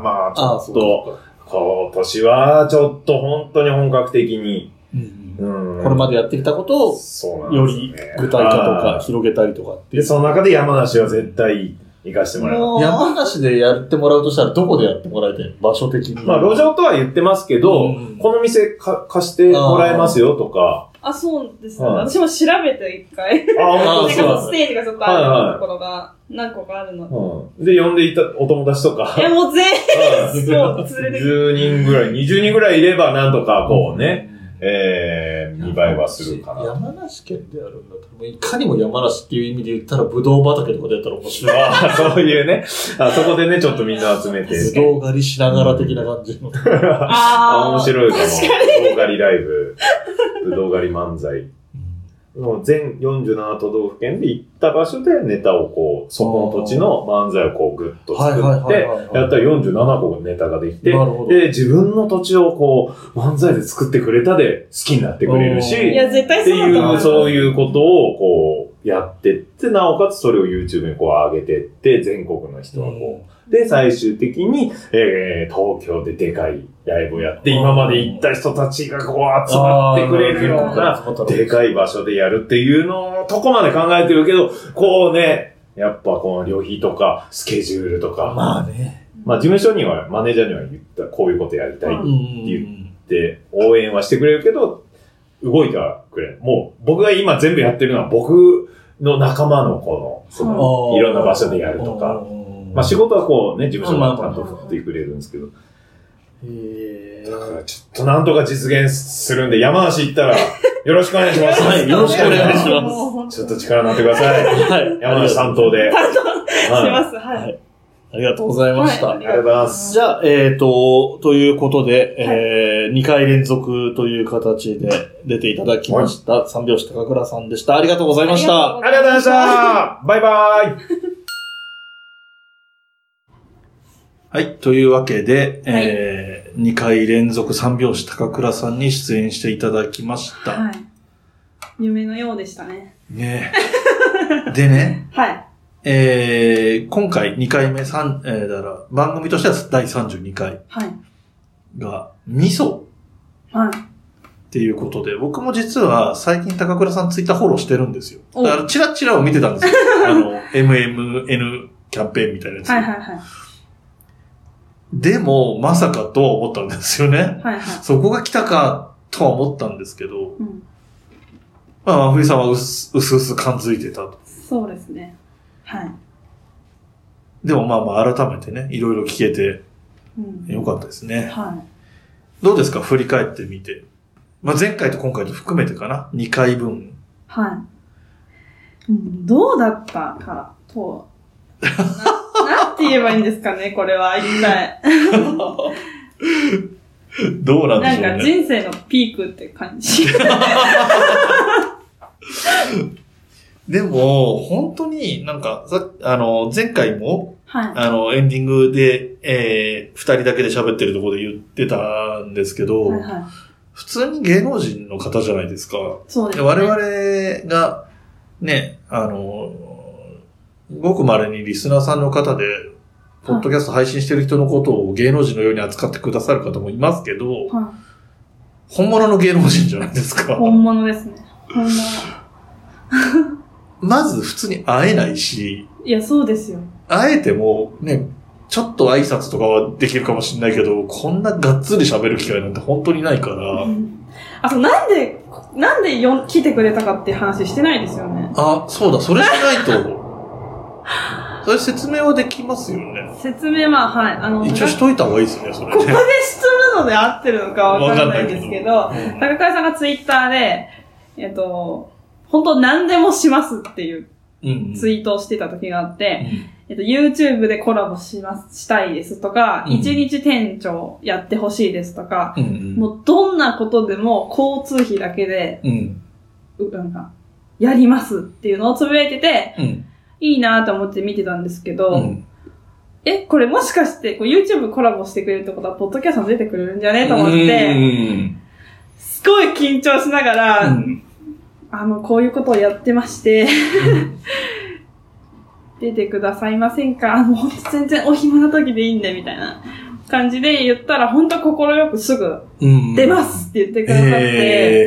まあ、ちょっと、今年はちょっと本当に本格的に、 これまでやってきたことを、より具体化とか広げたりとかっていう。 で、その中で山梨は絶対行かしてもらいます。 山梨でやってもらうとしたらどこでやってもらいたい？場所的に。 まあ、路上とは言ってますけど、この店貸してもらえますよとか。 そうですね。私も調べて一回。 本当ですか？ ステージがちょっとあるところが何個かあるので。で、呼んでいたお友達とか。 もう全員、もう連れて 10人ぐらい、20人ぐらいいればなんとかこうね、 見栄えはするかな。 山梨県であるんだったら、いかにも山梨っていう意味で言ったら、ぶどう畑とかでやったら面白い。 そういうね。そこでね、ちょっとみんな集めて。 ぶどう狩りしながら的な感じの。 面白いかも。ぶどう狩りライブ。ぶどう狩り漫才。全47都道府県で行った場所でネタをこう、そこの土地の漫才をこうグッと作って、やったら47個のネタができて、で、自分の土地をこう、漫才で作ってくれたで好きになってくれるし、 いや、絶対そうだと思う。そういうことをこう、やってって、なおかつそれを YouTube にこう上げてって、全国の人がこう、で、最終的に、東京ででかいライブをやって、今まで行った人たちがこう集まってくれるような、でかい場所でやるっていうのを、とこまで考えてるけど、こうね、やっぱこの旅費とか、スケジュールとか、 まあね。 まあ事務所には、マネージャーには言った、こういうことやりたいって言って、応援はしてくれるけど、動いてはくれる。もう、僕が今全部やってるのは、僕の仲間のこの、その、いろんな場所でやるとか、まあ仕事はこうね、事務所がちゃんと振ってくれるんですけど。だからちょっとなんとか実現するんで、山梨行ったら、よろしくお願いします。 はい、よろしくお願いします。ちょっと力になってください。はい。山梨担当で。 します。はい。 ありがとうございました。 ありがとうございます。 じゃあ、ということで、2回連続という形で出ていただきました。三拍子高倉さんでした。ありがとうございました。 ありがとうございました。バイバイ。 はい。というわけで、2回連続三拍子高倉さんに出演していただきました。 はい。夢のようでしたね。 ねでね。 はい。 今回2回目、だから番組としては第32回が、味噌っていうことで、僕も実は最近高倉さんツイッターフォローしてるんですよ。だからチラチラを見てたんですよ。MMN キャンペーンみたいなやつ。 はいはいはい。 でも、まさかとは思ったんですよね。 はいはい。 そこが来たかとは思ったんですけど、まあ、真冬さんはうすうす感づいてたと。 そうですね。はい。 でもまあまあ改めてね、いろいろ聞けて、よかったですね。 はい。 どうですか振り返ってみて。まあ前回と今回と含めてかな ?2 回分。 はい。どうだったかと、なんて言えばいいんですかね、これは一体。 どうなんでしょうね。 なんか人生のピークって感じ。 でも、本当になんか、前回も、 はい、 エンディングで、二人だけで喋ってるところで言ってたんですけど、 はいはい、 普通に芸能人の方じゃないですか。 そうですね。 我々が、ね、ごく稀にリスナーさんの方で、ポッドキャスト配信してる人のことを芸能人のように扱ってくださる方もいますけど、 はい、 本物の芸能人じゃないですか。 本物ですね。本物。 まず普通に会えないし。 いや、そうですよ。 会えても、ね、ちょっと挨拶とかはできるかもしれないけど、こんながっつり喋る機会なんて本当にないから。 あと、なんで来てくれたかっていう話してないですよね。 あ、そうだ、それしないと。それ説明はできますよね。 説明は、はい。 一応しといた方がいいですね、それね。 ここでしてるので合ってるのかわかんないんですけど、高倉さんがツイッターで、本当何でもしますっていうツイートをしてた時があって、YouTube でコラボしたいですとか、一日店長やってほしいですとか、もうどんなことでも交通費だけで、なんか、やりますっていうのをつぶやいてて、いいなと思って見てたんですけど、これもしかしてこう YouTube コラボしてくれるってことは、ポッドキャスト出てくれるんじゃねと思って、すごい緊張しながら、こういうことをやってまして、出てくださいませんか？もう全然お暇な時でいいんで、みたいな感じで言ったら、本当心よくすぐ、出ますって言ってくださって、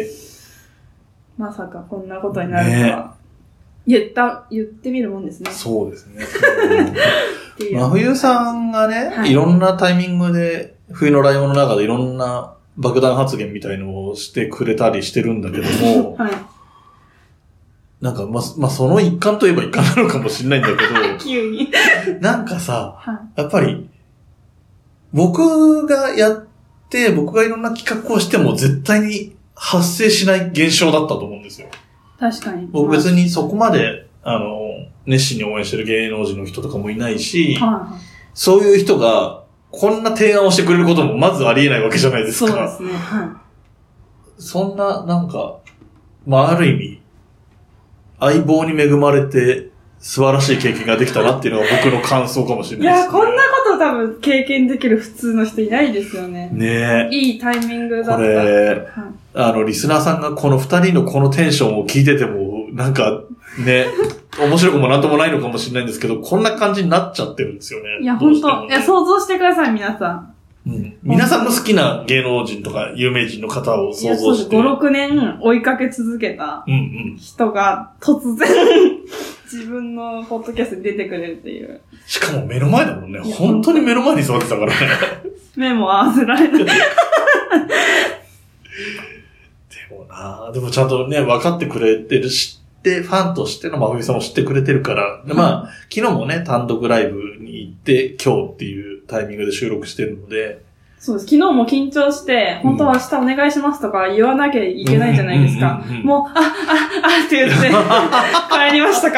まさかこんなことになるとは。言ってみるもんですね。 そうですね。真冬さんがね、いろんなタイミングで、冬のライオンの中でいろんな爆弾発言みたいのをしてくれたりしてるんだけども、なんか、その一環といえば一環なのかもしれないんだけど、 急に。 なんかさ、やっぱり、僕がやって、僕がいろんな企画をしても絶対に発生しない現象だったと思うんですよ。 確かに。 僕別にそこまで、熱心に応援してる芸能人の人とかもいないし、そういう人が、こんな提案をしてくれることもまずありえないわけじゃないですか。 そうですね。はい。 そんな、なんか、まあ、ある意味、相棒に恵まれて、素晴らしい経験ができたなっていうのが僕の感想かもしれないです、ね。 いや、こんなこと多分経験できる普通の人いないですよね。 ねえ。 いいタイミングだった。 これ、リスナーさんがこの二人のこのテンションを聞いてても、なんか、ね、面白くもなんともないのかもしれないんですけど、こんな感じになっちゃってるんですよね。 いや、本当、いや、想像してください、皆さん。 うん。皆さんの好きな芸能人とか有名人の方を想像して。 5、6年追いかけ続けた人が突然自分のポッドキャストに出てくれるっていう。 しかも目の前だもんね。本当に目の前に座ってたからね。 目も合わせられて。でもちゃんとね、分かってくれてるし、で、ファンとしての真冬さんも知ってくれてるから、でまあ、昨日もね、単独ライブに行って、今日っていうタイミングで収録してるので。 そうです。昨日も緊張して、本当は明日お願いしますとか言わなきゃいけないじゃないですか。もう、って言って、帰りましたから。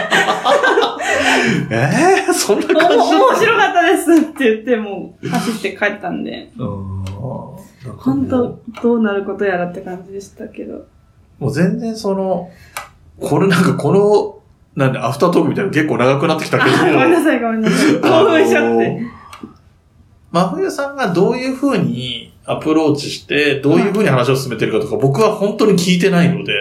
そんな感じ面白かったですって言って、もう走って帰ったんで。本当、どうなることやらって感じでしたけど。 もう全然これなんかアフタートークみたいなの結構長くなってきたけど。 ごめんなさい。興奮しちゃって。 真冬さんがどういう風にアプローチして、どういう風に話を進めてるかとか、僕は本当に聞いてないので、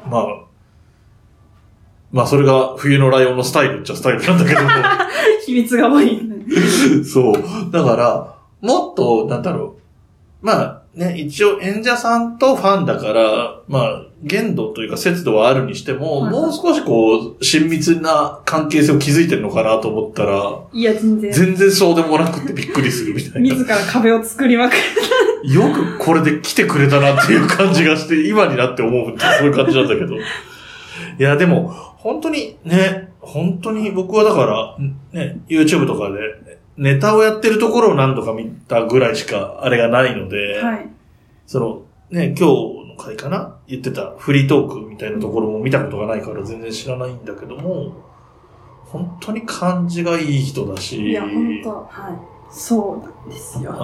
まあそれが冬のライオンのスタイルっちゃスタイルなんだけど。 秘密が多い。 そう。だから、もっと、まあね、一応演者さんとファンだから、まあ、限度というか節度はあるにしても、もう少し親密な関係性を築いてるのかなと思ったら、 いや、全然そうでもなくてびっくりするみたいな。 自ら壁を作りまくる。 よくこれで来てくれたなっていう感じがして、今になって思うってそういう感じなんだけど。いや、でも、本当に僕はだから、ね、YouTube とかで、ネタをやってるところを何度か見たぐらいしかあれがないので、今日の回かな言ってたフリートークみたいなところも見たことがないから全然知らないんだけども、本当に感じがいい人だし、 いや、本当、そうなんですよ。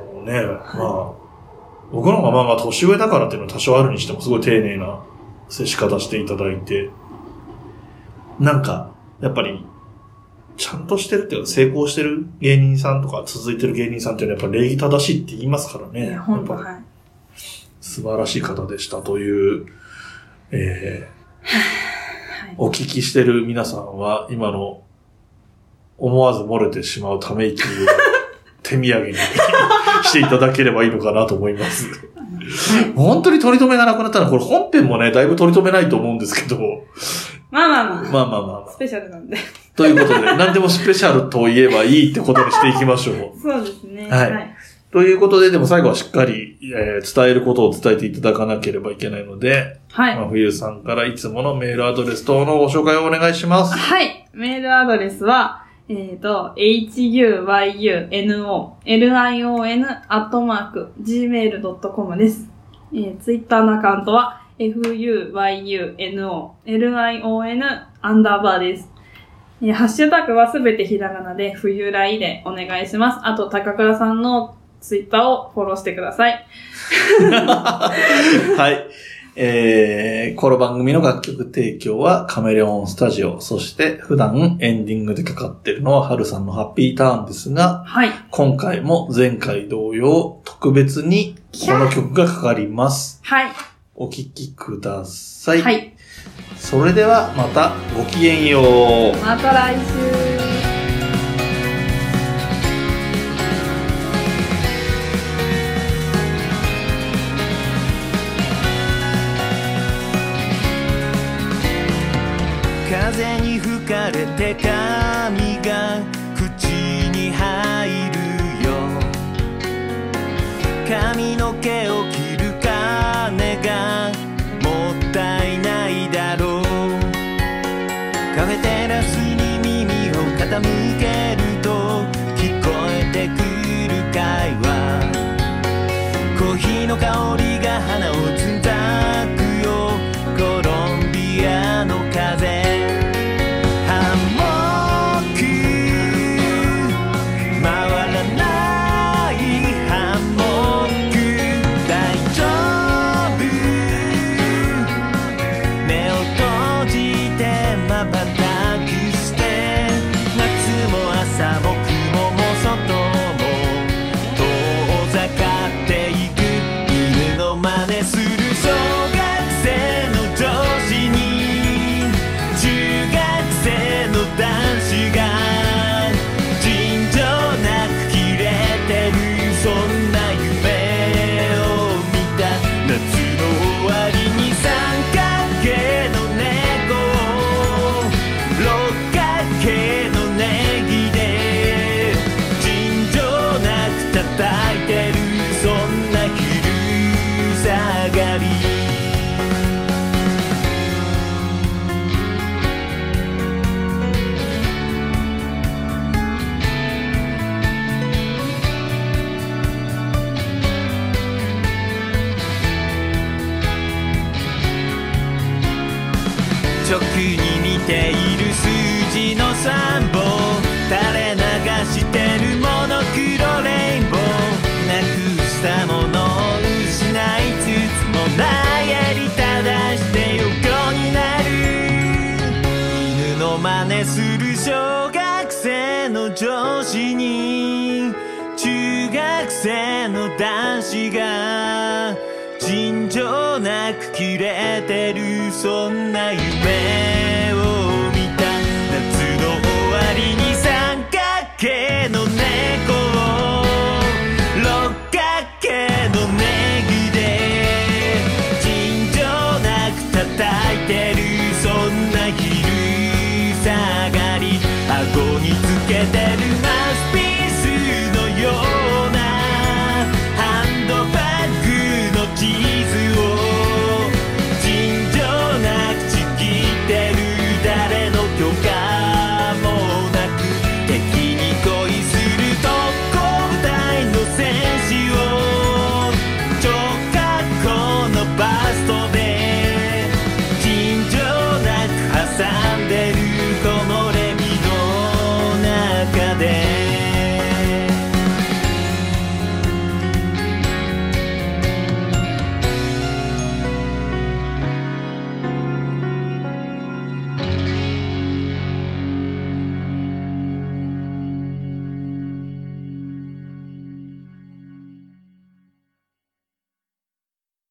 僕の方が年上だからっていうのは多少あるにしてもすごい丁寧な接し方していただいて、なんか、やっぱり、ちゃんとしてるっていうか、成功してる芸人さんとか、続いてる芸人さんっていうのはやっぱ礼儀正しいって言いますからね。 本当、 素晴らしい方でしたという、お聞きしてる皆さんは、今の、思わず漏れてしまうため息を手土産にしていただければいいのかなと思います。本当に取り留めがなくなったら、これ本編もね、だいぶ取り留めないと思うんですけど。 まあ。スペシャルなんで。 ということで、何でもスペシャルと言えばいいってことにしていきましょう。 そうですね。 はい。ということで、でも最後はしっかり、伝えることを伝えていただかなければいけないので、 はい。 冬さんからいつものメールアドレス等のご紹介をお願いします。 はい。メールアドレスは、huyunolion@gmail.com です。ツイッターのアカウントは、FUYUNOLION_ です。ハッシュタグはすべてひらがなで、冬来でお願いします。あと、高倉さんのツイッターをフォローしてください。 はい。この番組の楽曲提供はカメレオンスタジオ、そして普段エンディングでかかってるのは春さんのハッピーターンですが、 はい。 今回も前回同様特別にこの曲がかかります。 はい。 お聴きください。 はい。 それではまたごきげんよう。 また来週。 風に吹かれて髪が口に入るよ。髪の毛を切る金がもったいないだろう。カフェテラスに耳を傾けると聞こえてくる会話。コーヒーの香りが鼻を系のネギで尋常なく叩いてるそんな昼下がり直に見ている数字の3本垂れ流してるモノクロレインボーなくしたものを失いつつもない襟正して横になる犬の真似する小学生の女子に中学生の男子が尋常なく切れてるそんな夢